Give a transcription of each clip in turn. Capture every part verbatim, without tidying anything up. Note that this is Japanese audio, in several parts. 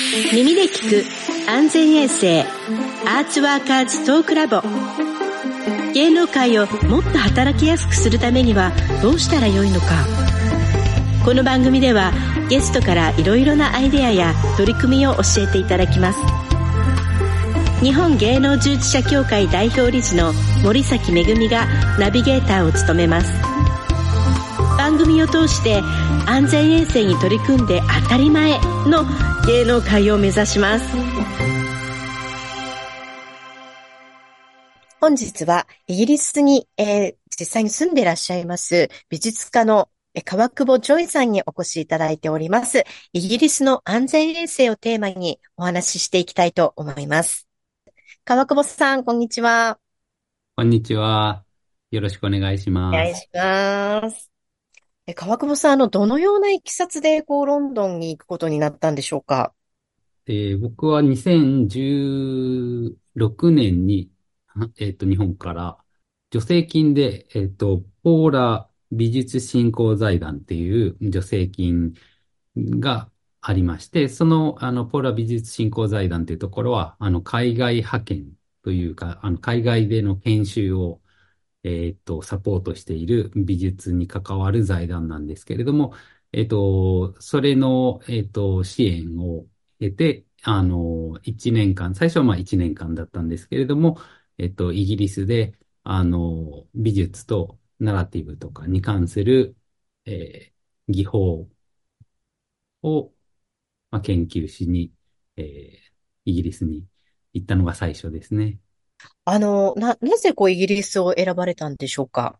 耳で聞く安全衛生アーツワーカーズトークラボ。芸能界をもっと働きやすくするためにはどうしたらよいのか。この番組ではゲストからいろいろなアイデアや取り組みを教えていただきます。日本芸能従事者協会代表理事の森崎めぐみがナビゲーターを務めます。番組を通して安全衛生に取り組んで当たり前の芸能界を目指します。本日はイギリスに、えー、実際に住んでいらっしゃいます美術家の川久保ジョイさんにお越しいただいております。イギリスの安全衛生をテーマにお話ししていきたいと思います。川久保さん、こんにちは。 こんにちは。よろしくお願いしお願いします。 ます。え川久保さん、あの、どのような経緯で、こう、ロンドンに行くことになったんでしょうか？ えー僕はにせんじゅうろくねんに、はえっと、日本から助成金で、えっと、ポーラ美術振興財団っていう助成金がありまして、その、あの、ポーラ美術振興財団というところは、あの、海外派遣というか、あの、海外での研修をえっと、サポートしている美術に関わる財団なんですけれども、えっと、それの、えっと、支援を得て、あの、いちねんかん、最初はまあいちねんかんだったんですけれども、えっと、イギリスで、あの、美術とナラティブとかに関する、えー技法を、まあ、研究しに、えーイギリスに行ったのが最初ですね。 あの、な、なぜこうイギリスを選ばれたんでしょうか？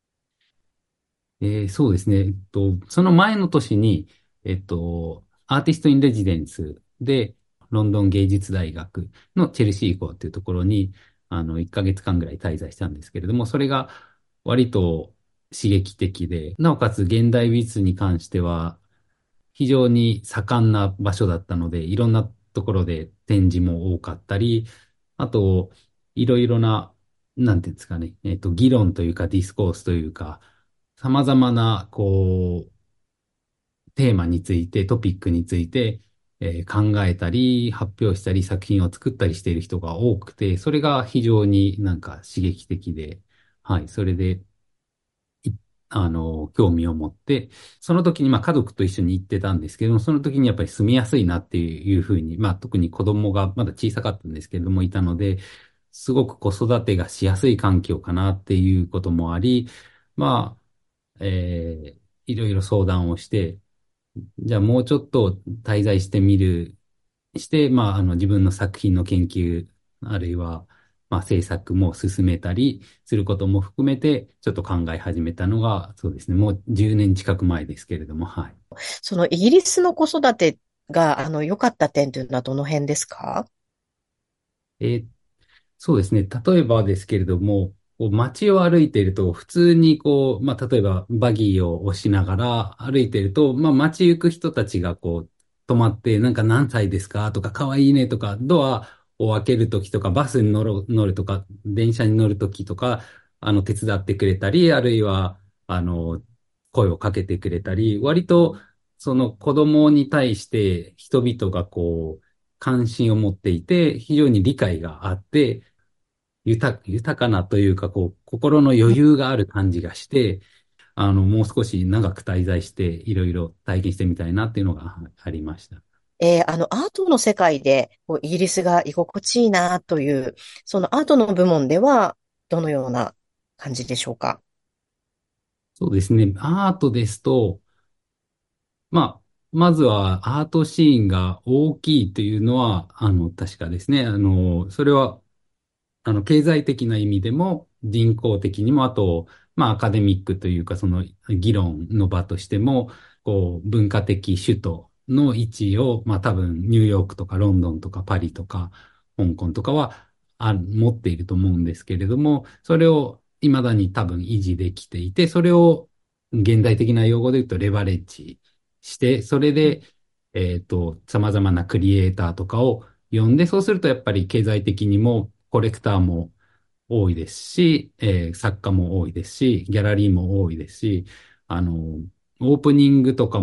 えーそうですね。えっと、その前の年に、えっと、アーティストインレジデンスで、ロンドン芸術大学のチェルシー校っていうところに、あの、いっかげつかんぐらい滞在したんですけれども、それが割と刺激的で、なおかつ現代美術に関しては、非常に盛んな場所だったので、いろんなところで展示も多かったり、あと、いろいろな、なんていうんですかね、えっと、議論というかディスコースというか、様々な、こう、テーマについて、トピックについて、えー考えたり、発表したり、作品を作ったりしている人が多くて、それが非常になんか刺激的で、はい、それで、いあの、興味を持って、その時にまあ家族と一緒に行ってたんですけども、その時にやっぱり住みやすいなっていうふうに、まあ特に子供がまだ小さかったんですけれどもいたので、すごく子育てがしやすい環境かなっていうこともあり、まあ、えーいろいろ相談をして、じゃあもうちょっと滞在してみる、して、まあ、あの自分の作品の研究、あるいは、まあ、制作も進めたりすることも含めて、ちょっと考え始めたのが、そうですね、もうじゅうねん近く前ですけれども、はい。 そのイギリスの子育てが、あの、良かった点というのはどの辺ですか？ えーそうですね。例えばですけれども、こう街を歩いていると、普通にこう、まあ、例えばバギーを押しながら歩いていると、まあ、街行く人たちがこう、止まって、なんか何歳ですかとか、可愛いねとか、ドアを開けるときとか、バスに乗る、乗るとか、電車に乗るときとか、あの、手伝ってくれたり、あるいは、あの、声をかけてくれたり、割と、その子供に対して人々がこう、関心を持っていて、非常に理解があって、豊か、豊かなというか、こう、心の余裕がある感じがして、あの、もう少し長く滞在して、いろいろ体験してみたいなっていうのがありました。 えーあの、アートの世界で、こう、イギリスが居心地いいなという、そのアートの部門では、どのような感じでしょうか？ そうですね。アートですと、まあ、まずはアートシーンが大きいというのは、あの、確かですね。あの、それはあの、経済的な意味でも、人口的にも、あと、まあ、アカデミックというか、その議論の場としても、こう、文化的首都の位置を、まあ、多分、ニューヨークとかロンドンとかパリとか、香港とかは、あ、持っていると思うんですけれども、それを未だに多分維持できていて、それを現代的な用語で言うとレバレッジして、それで、えっと、様々なクリエイターとかを呼んで、そうするとやっぱり経済的にもコレクターも多いですし、えー作家も多いですし、ギャラリーも多いですし、あの、オープニングとかも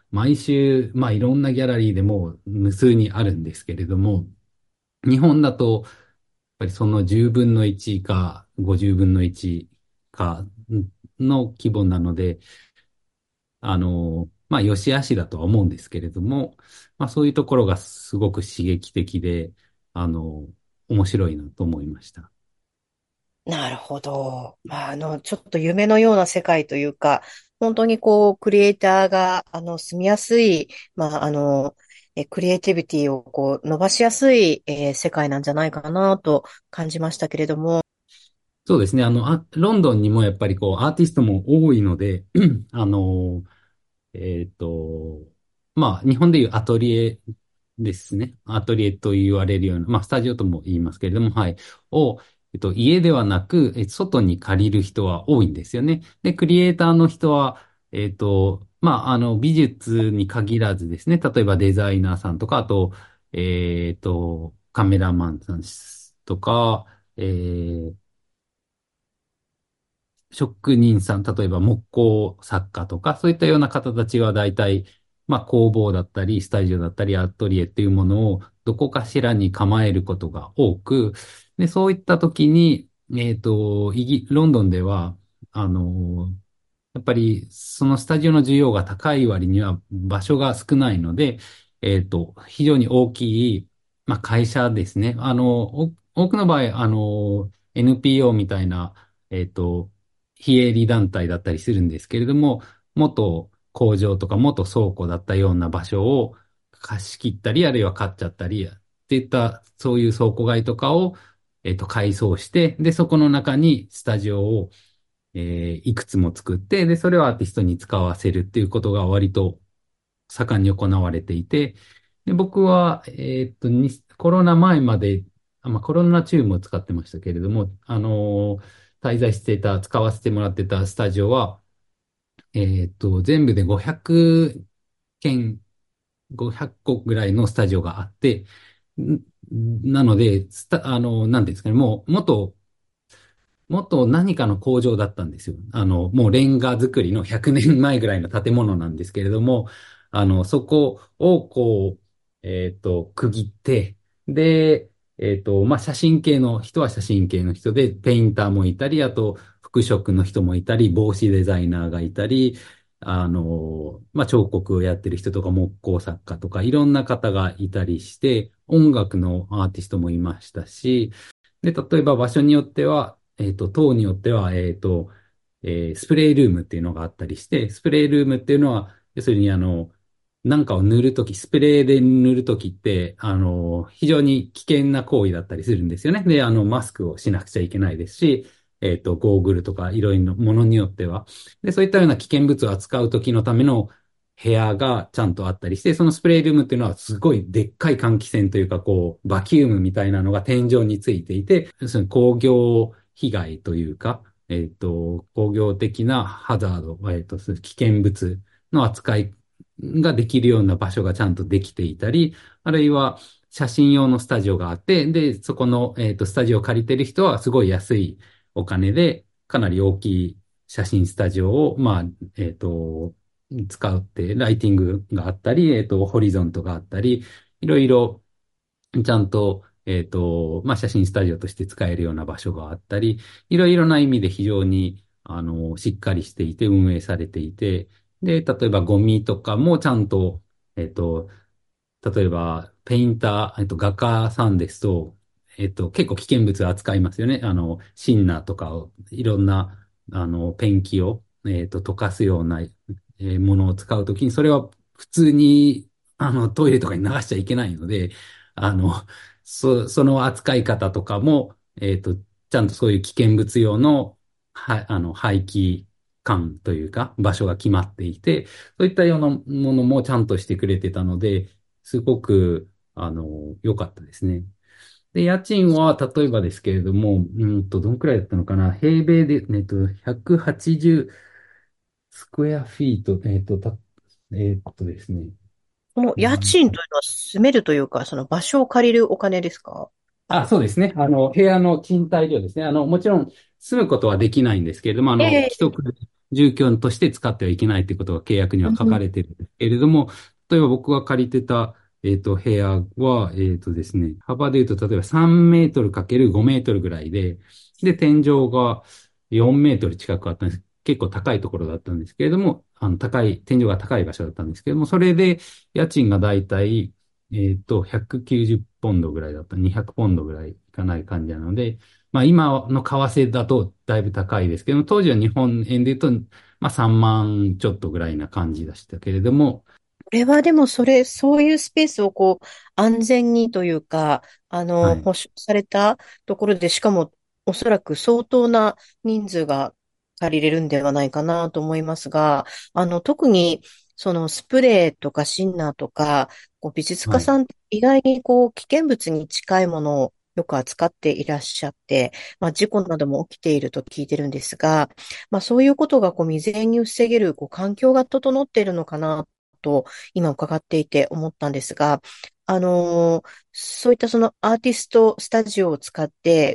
毎週、まあいろんなギャラリーでもう無数にあるんですけれども、日本だと、やっぱりそのじゅうぶんのいちかごじゅうぶんのいちかの規模なので、あの、まあ、良し悪しだとは思うんですけれども、まあ、そういうところがすごく刺激的で、あの、面白いなと思いました。 なるほど。まあ、あの、ちょっと夢のような世界というか、本当にこう、クリエイターが、あの、住みやすい、まあ、あの、え、クリエイティビティをこう、伸ばしやすい、えー世界なんじゃないかなと感じましたけれども。 そうですね。あの、あ、ロンドンにもやっぱりこう、アーティストも多いので、あの、えっと、まあ、日本でいうアトリエですね。アトリエと言われるような、まあ、スタジオとも言いますけれども、はい。を、えっと、家ではなく、え外に借りる人は多いんですよね。で、クリエイターの人は、えっと、まあ、あの、美術に限らずですね。例えばデザイナーさんとか、あと、えっと、カメラマンさんとか、えー職人さん、例えば木工作家とか、そういったような方たちは大体、まあ工房だったり、スタジオだったり、アトリエっていうものをどこかしらに構えることが多く、で、そういった時に、えっと、イギ、ロンドンでは、あの、やっぱりそのスタジオの需要が高い割には場所が少ないので、えっと、非常に大きい、まあ会社ですね。あの、お多くの場合、あの、エヌピーオー みたいな、えっと、非営利団体だったりするんですけれども、元工場とか元倉庫だったような場所を貸し切ったり、あるいは買っちゃったり、っていった、そういう倉庫街とかを、えっと、改装して、で、そこの中にスタジオを、えーいくつも作って、で、それをアーティストに使わせるっていうことが割と盛んに行われていて、で、僕は、えーっと、にコロナ前まで、あ、まあ、コロナ中も使ってましたけれども、あのー滞在していた、使わせてもらってたスタジオは、えーっと、全部でごひゃくけん、ごひゃっこぐらいのスタジオがあって、んなので、スタ、あの、なんていうんですかね、もう、元元何かの工場だったんですよ。あの、もうレンガ作りのひゃくねんまえぐらいの建物なんですけれども、あの、そこをこう、えっと、区切って、で、えっと、まあ、写真系の人は写真系の人で、ペインターもいたり、あと、服飾の人もいたり、帽子デザイナーがいたり、あの、まあ、彫刻をやってる人とか木工作家とか、いろんな方がいたりして、音楽のアーティストもいましたし、で、例えば場所によっては、えっと、塔によっては、えっと、えースプレールームっていうのがあったりして、スプレールームっていうのは、要するにあの、なんかを塗るとき、スプレーで塗るときって、あの、非常に危険な行為だったりするんですよね。で、あの、マスクをしなくちゃいけないですし、えっと、ゴーグルとかいろいろなものによっては。で、そういったような危険物を扱うときのための部屋がちゃんとあったりして、そのスプレールームっていうのはすごいでっかい換気扇というか、こう、バキュームみたいなのが天井についていて、要するに工業被害というか、えっと、工業的なハザード、えっと、そういう危険物の扱いができるような場所がちゃんとできていたり、あるいは写真用のスタジオがあって、で、そこの、えっと、スタジオを借りてる人はすごい安いお金で、かなり大きい写真スタジオを、まあ、えっと、使って、ライティングがあったり、えっと、ホリゾントがあったり、いろいろちゃんと、えっと、まあ、写真スタジオとして使えるような場所があったり、いろいろな意味で非常に、あの、しっかりしていて運営されていて、で、例えばゴミとかもちゃんと、えっと、例えば、ペインター、えっと、画家さんですと、えっと、結構危険物扱いますよね。あの、シンナーとかを、いろんな、あの、ペンキを、えっと、溶かすような、えーものを使うときに、それは普通に、あの、トイレとかに流しちゃいけないので、あの、そ、その扱い方とかも、えっと、ちゃんとそういう危険物用の、は、あの、排気管というか、場所が決まっていて、そういったようなものもちゃんとしてくれてたので、すごく、あの、良かったですね。で、家賃は、例えばですけれども、うんと、どんくらいだったのかな。平米で、えっと、ひゃくはちじゅうスクエアフィート、えっと、た、えっとですね。 この家うん賃というのは住めるというか、その場所を借りるお金ですか？ あ、そうですね。あの、部屋の賃貸料ですね。あの、もちろん、住むことはできないんですけれども、あの、規ええ。 則で住居として使ってはいけないということが契約には書かれているんですけれども、例えば僕が借りてた、えっと、部屋は、えっとですね、幅で言うと、例えばさんメートルかけるごメートルぐらいで、で、天井がよんメートル近くあったんです。結構高いところだったんですけれども、あの、高い、天井が高い場所だったんですけれども、それで、家賃がだいたい、えっと、ひゃくきゅうじゅうポンドぐらいだった。にひゃくポンドぐらいいかない感じなので、まあ今の為替だとだいぶ高いですけども、当時は日本円で言うと、まあさんまんちょっとぐらいな感じでしたけれども、 これはでもそれ、そういうスペースをこう、安全にというか、あの、 はい。 保証されたところで、しかもおそらく相当な人数が借りれるんではないかなと思いますが、あの、特にそのスプレーとかシンナーとか、こう美術家はい。 さんって意外にこう、危険物に近いものをよく扱っていらっしゃって、まあ、事故なども起きていると聞いてるんですが、まあ、そういうことがこう未然に防げるこう環境が整っているのかなと今伺っていて思ったんですが、あのーそういったそのアーティストスタジオを使って、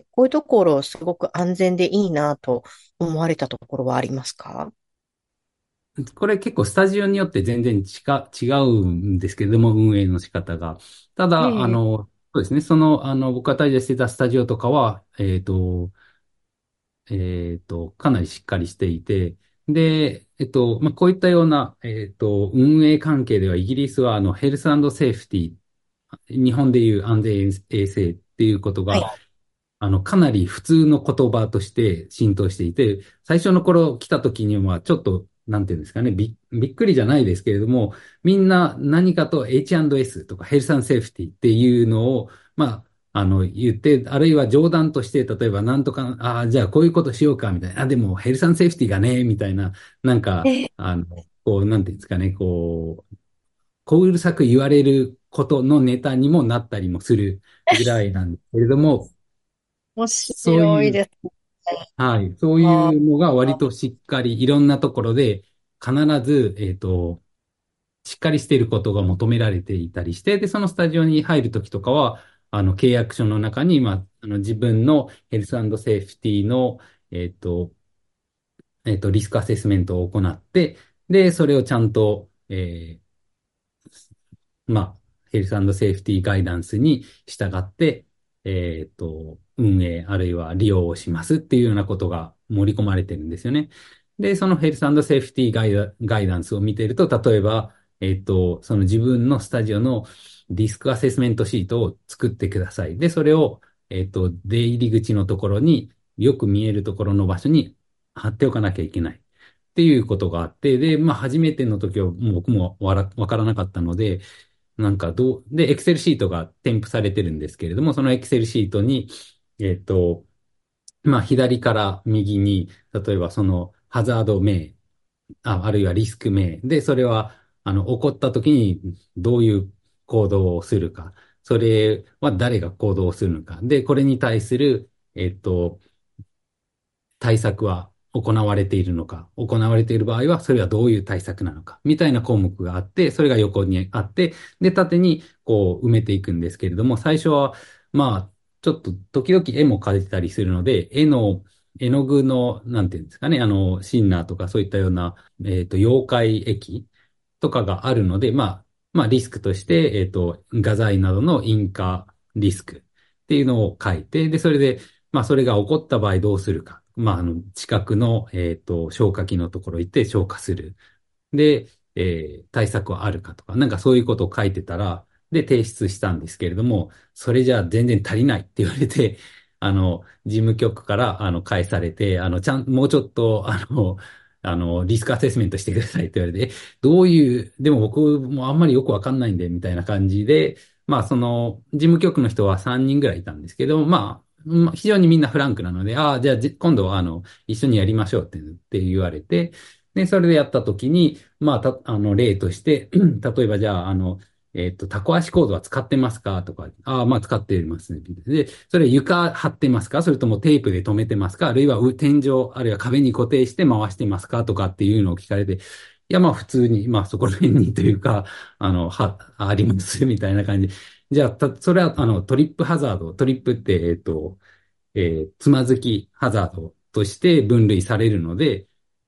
こういうところすごく安全でいいなと思われたところはありますか？ これ結構スタジオによって全然ちか違うんですけれども、運営の仕方が。ただ、あええ、 の、そうですね、その、あの、僕が滞在してたスタジオとかは、えっと、えっと、かなりしっかりしていて、で、えっと、まあ、こういったような、えっと、運営関係ではイギリスは、あの、ヘルスセーフティー、日本でいう安全衛生っていうことが、 はい。 あの、かなり普通の言葉として浸透していて、最初の頃来た時にはちょっと、なんていうんですかね、び、びっくりじゃないですけれども、みんな何かと エイチアンドエス とかヘルスセーフティっていうのを、まあ、あの、言って、あるいは冗談として、例えばなんとか、ああ、じゃあこういうことしようか、みたいな。あ、でもヘルスセーフティがね、みたいな、なんか、 ええ、 あの、こう、なんていうんですかね、こう、こううるさく言われることのネタにもなったりもするぐらいなんですけれども、 面そういう、 白いですね。 はい。そうあいうのが割あ、 としっかり、いろんなところで必ず、えっと、しっかりしていることが求められていたりして、で、そのスタジオに入るときとかは、あの、契約書の中に、まあ、あの、自分のヘルスセーフティの、えっと、えっと、リスクアセスメントを行って、で、それをちゃんと、えーまあ、ヘルスセーフティガイダンスに従って、えっと、運営あるいは利用をしますっていうようなことが盛り込まれてるんですよね。で、そのヘルスセーフティガイダ、ガイダンスを見ていると、例えば、えっと、その自分のスタジオのリスクアセスメントシートを作ってください。で、それを、えっと、出入り口のところによく見えるところの場所に貼っておかなきゃいけない。っていうことがあって、で、まあ、初めての時はもう僕もわらわからなかったので、なんかどう、で、エクセルシートが添付されてるんですけれども、そのエクセルシートに、えっと、まあ、左から右に、例えばそのハザード名、あ、あるいはリスク名で、それは、あの、起こった時にどういう行動をするか、それは誰が行動をするのか、で、これに対する、えっと、対策は行われているのか、行われている場合は、それはどういう対策なのか、みたいな項目があって、それが横にあって、で、縦にこう埋めていくんですけれども、最初は、まあ、ちょっと時々絵も描いてたりするので、絵の、絵の具の、なんていうんですかね、あの、シンナーとかそういったような、えっと、溶解液とかがあるので、まあ、まあ、リスクとして、えっと、画材などの引火リスクっていうのを書いて、で、それで、まあ、それが起こった場合どうするか。まあ、あの、近くの、えっと、消火器のところ行って消火する。で、えー対策はあるかとか、なんかそういうことを書いてたら、で、提出したんですけれども、それじゃ全然足りないって言われて、あの、事務局から、あの、返されて、あの、ちゃん、もうちょっと、あの、あの、リスクアセスメントしてくださいって言われて、えどういう、でも僕もあんまりよくわかんないんで、みたいな感じで、まあ、その、事務局の人はさんにんぐらいいたんですけど、まあ、まあ非常にみんなフランクなので、ああ、じゃあ、じ今度は、あの、一緒にやりましょうって、って言われて、で、それでやったときに、まあ、た、あの、例として、例えばじゃあ、あの、えっと、タコ足コードは使ってますかとか、ああ、まあ、使ってますね。で、それ床張ってますかそれともテープで留めてますかあるいはう天井、あるいは壁に固定して回してますかとかっていうのを聞かれて、いや、まあ、普通に、まあ、そこら辺にというか、あの、は、ありますみたいな感じ。じゃあ、た、それは、あの、トリップハザード、トリップって、えっと、えーつまずきハザードとして分類されるので、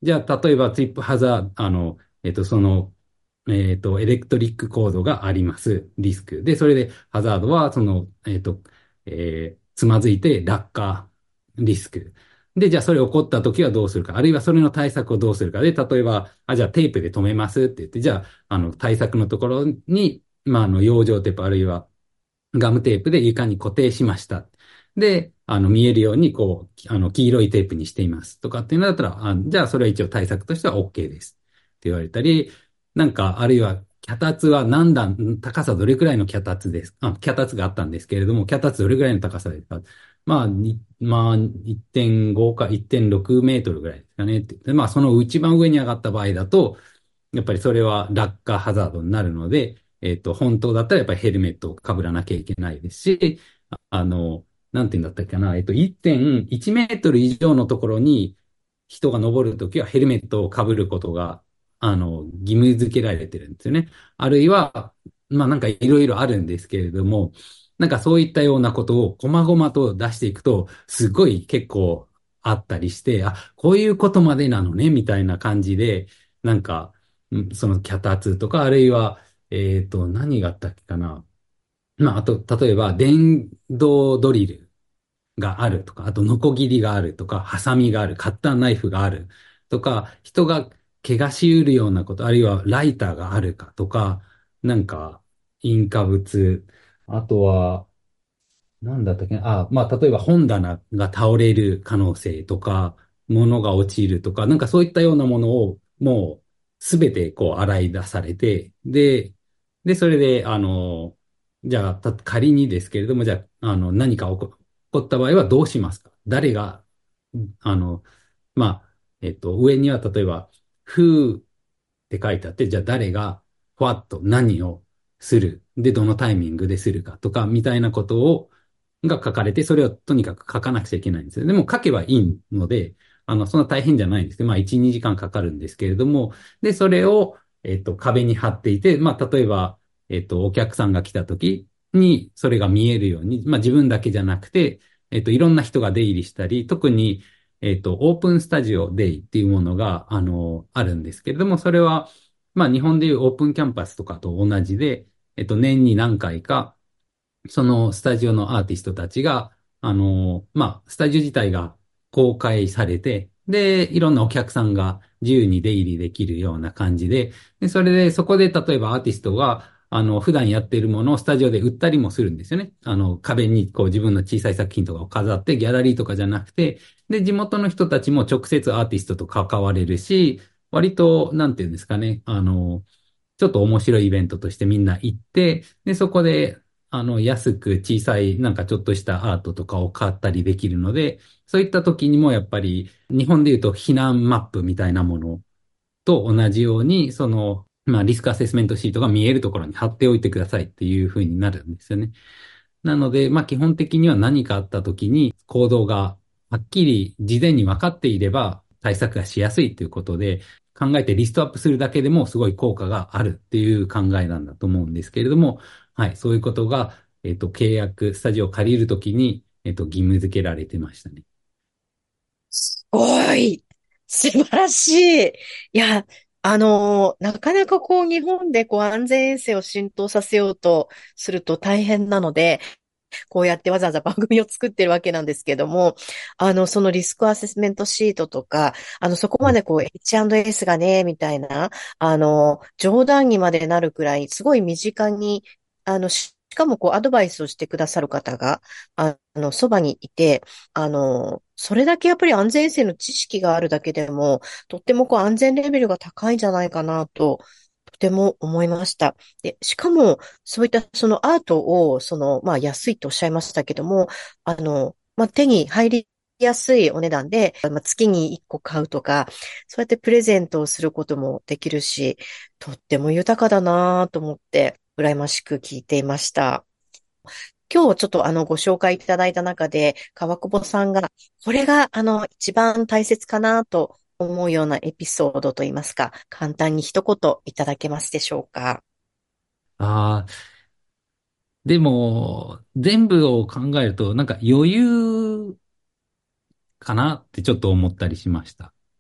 じゃあ、例えば、トリップハザード、あの、えっと、その、えっと、エレクトリックコードがあります。リスク。で、それで、ハザードは、その、えっと、えーつまずいて落下リスク。で、じゃあ、それ起こった時はどうするか。あるいは、それの対策をどうするか。で、例えば、あ、じゃあ、テープで止めますって言って、じゃあ、あの、対策のところに、まあ、あの、養生テープ、あるいは、ガムテープで床に固定しました。で、あの、見えるように、こう、あの、黄色いテープにしています。とかっていうのだったら、あ、じゃあ、それは一応対策としては OK です。って言われたり、なんか、あるいは、脚立は何段、高さどれくらいの脚立です。あ、脚立があったんですけれども、脚立どれくらいの高さですか。まあ、にまあ、いってんごかいってんろくメートルぐらいですかね。ってで、まあ、その一番上に上がった場合だと、やっぱりそれは落下ハザードになるので、えっと、本当だったらやっぱりヘルメットを被らなきゃいけないですし、あの、なんて言うんだったっけな、えっと、いってんいちメートル以上のところに人が登るときはヘルメットを被ることが、あの、義務付けられてるんですよね。あるいは、まあなんかいろいろあるんですけれども、なんかそういったようなことを細々と出していくと、すごい結構あったりして、あ、こういうことまでなのね、みたいな感じで、なんか、うんその脚立とか、あるいは、えっと、何があったっけかな。まあ、あと、例えば、電動ドリルがあるとか、あと、ノコギリがあるとか、ハサミがある、カッターナイフがあるとか、人が怪我し得るようなこと、あるいはライターがあるかとか、なんか、引火物、あとは、なんだったっけな。あ、まあ、例えば本棚が倒れる可能性とか、物が落ちるとか、なんかそういったようなものをもうすべてこう洗い出されて、で、で、それで、あの、じゃあ、た仮にですけれども、じゃあ、あの、何か起こ、起こった場合はどうしますか。誰が、あの、まあ、えっと、上には例えば、who って書いてあって、じゃあ誰が、what 何をする。で、どのタイミングでするかとか、みたいなことを、が書かれて、それをとにかく書かなくちゃいけないんですよ。でも書けばいいので、あの、そんな大変じゃないんですけど、まあ、いち、にじかんかかるんですけれども、で、それを、えっと、壁に貼っていて、まあ、例えば、えっと、お客さんが来た時に、それが見えるように、まあ、自分だけじゃなくて、えっと、いろんな人が出入りしたり、特に、えっと、オープンスタジオデイっていうものが、あの、あるんですけれども、それは、まあ、日本でいうオープンキャンパスとかと同じで、えっと、年に何回か、そのスタジオのアーティストたちが、あの、まあ、スタジオ自体が公開されて、で、いろんなお客さんが自由に出入りできるような感じで、で、それで、そこで例えばアーティストが、あの、普段やっているものをスタジオで売ったりもするんですよね。あの、壁にこう自分の小さい作品とかを飾って、ギャラリーとかじゃなくて、で、地元の人たちも直接アーティストと関われるし、割と、なんていうんですかね、あの、ちょっと面白いイベントとしてみんな行って、で、そこで、あの、安く小さい、なんかちょっとしたアートとかを買ったりできるので、そういった時にもやっぱり、日本で言うと避難マップみたいなものと同じように、その、まあ、リスクアセスメントシートが見えるところに貼っておいてくださいっていう風になるんですよね。なので、まあ、基本的には何かあった時に行動がはっきり事前に分かっていれば対策がしやすいということで、考えてリストアップするだけでもすごい効果があるっていう考えなんだと思うんですけれども、はい、そういうことが、えっと、契約、スタジオを借りるときに、えっと、義務付けられてましたね。 すごい。素晴らしい。いや、あの、なかなかこう日本でこう安全衛生を浸透させようとすると大変なので、こうやってわざわざ番組を作ってるわけなんですけども、あの、そのリスクアセスメントシートとか、あの、そこまでこう エイチアンドエス がね、みたいな、あの、冗談にまでなるくらい、すごい身近に、あの、ししかもこうアドバイスをしてくださる方が、あの、そばにいて、あの、それだけやっぱり安全衛生の知識があるだけでも、とってもこう安全レベルが高いんじゃないかなと、とても思いました。で、しかも、そういったそのアートを、その、まあ安いとおっしゃいましたけども、あの、まあ手に入りやすいお値段で、まあ月にいっこ買うとか、そうやってプレゼントをすることもできるし、とっても豊かだなと思って、羨ましく聞いていました。今日ちょっとあのご紹介いただいた中で、川久保さんが、これがあの一番大切かなと思うようなエピソードといいますか、簡単に一言いただけますでしょうか。 ああ、でも、全部を考えると、なんか余裕かなってちょっと思ったりしました。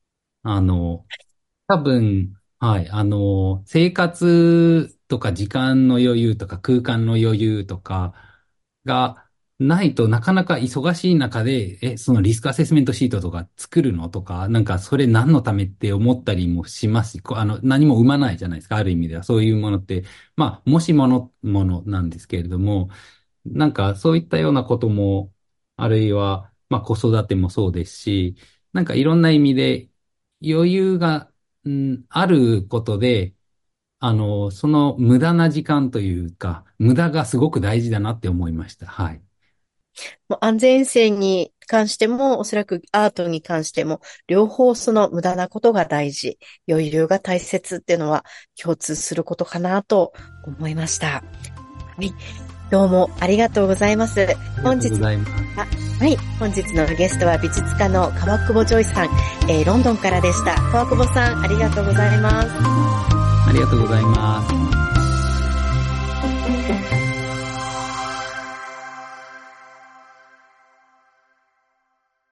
あの、多分、はい、あの、生活とか時間の余裕とか空間の余裕とかがないとなかなか忙しい中で、え、そのリスクアセスメントシートとか作るのとか、なんかそれ何のためって思ったりもしますし、こうあの、何も生まないじゃないですか、ある意味では。そういうものって、まあ、もしものものなんですけれども、なんかそういったようなことも、あるいは、まあ子育てもそうですし、なんかいろんな意味で余裕が、うん、あることで、あの、その無駄な時間というか、無駄がすごく大事だなって思いました。はい。 もう安全衛生に関しても、おそらくアートに関しても、両方その無駄なことが大事、余裕が大切っていうのは共通することかなと思いました。はい。どうもありがとうございます。本日、 はい。 本日のゲストは美術家の川久保ジョイさん、えー、ロンドンからでした。川久保さん、ありがとうございます。 ありがとうございます。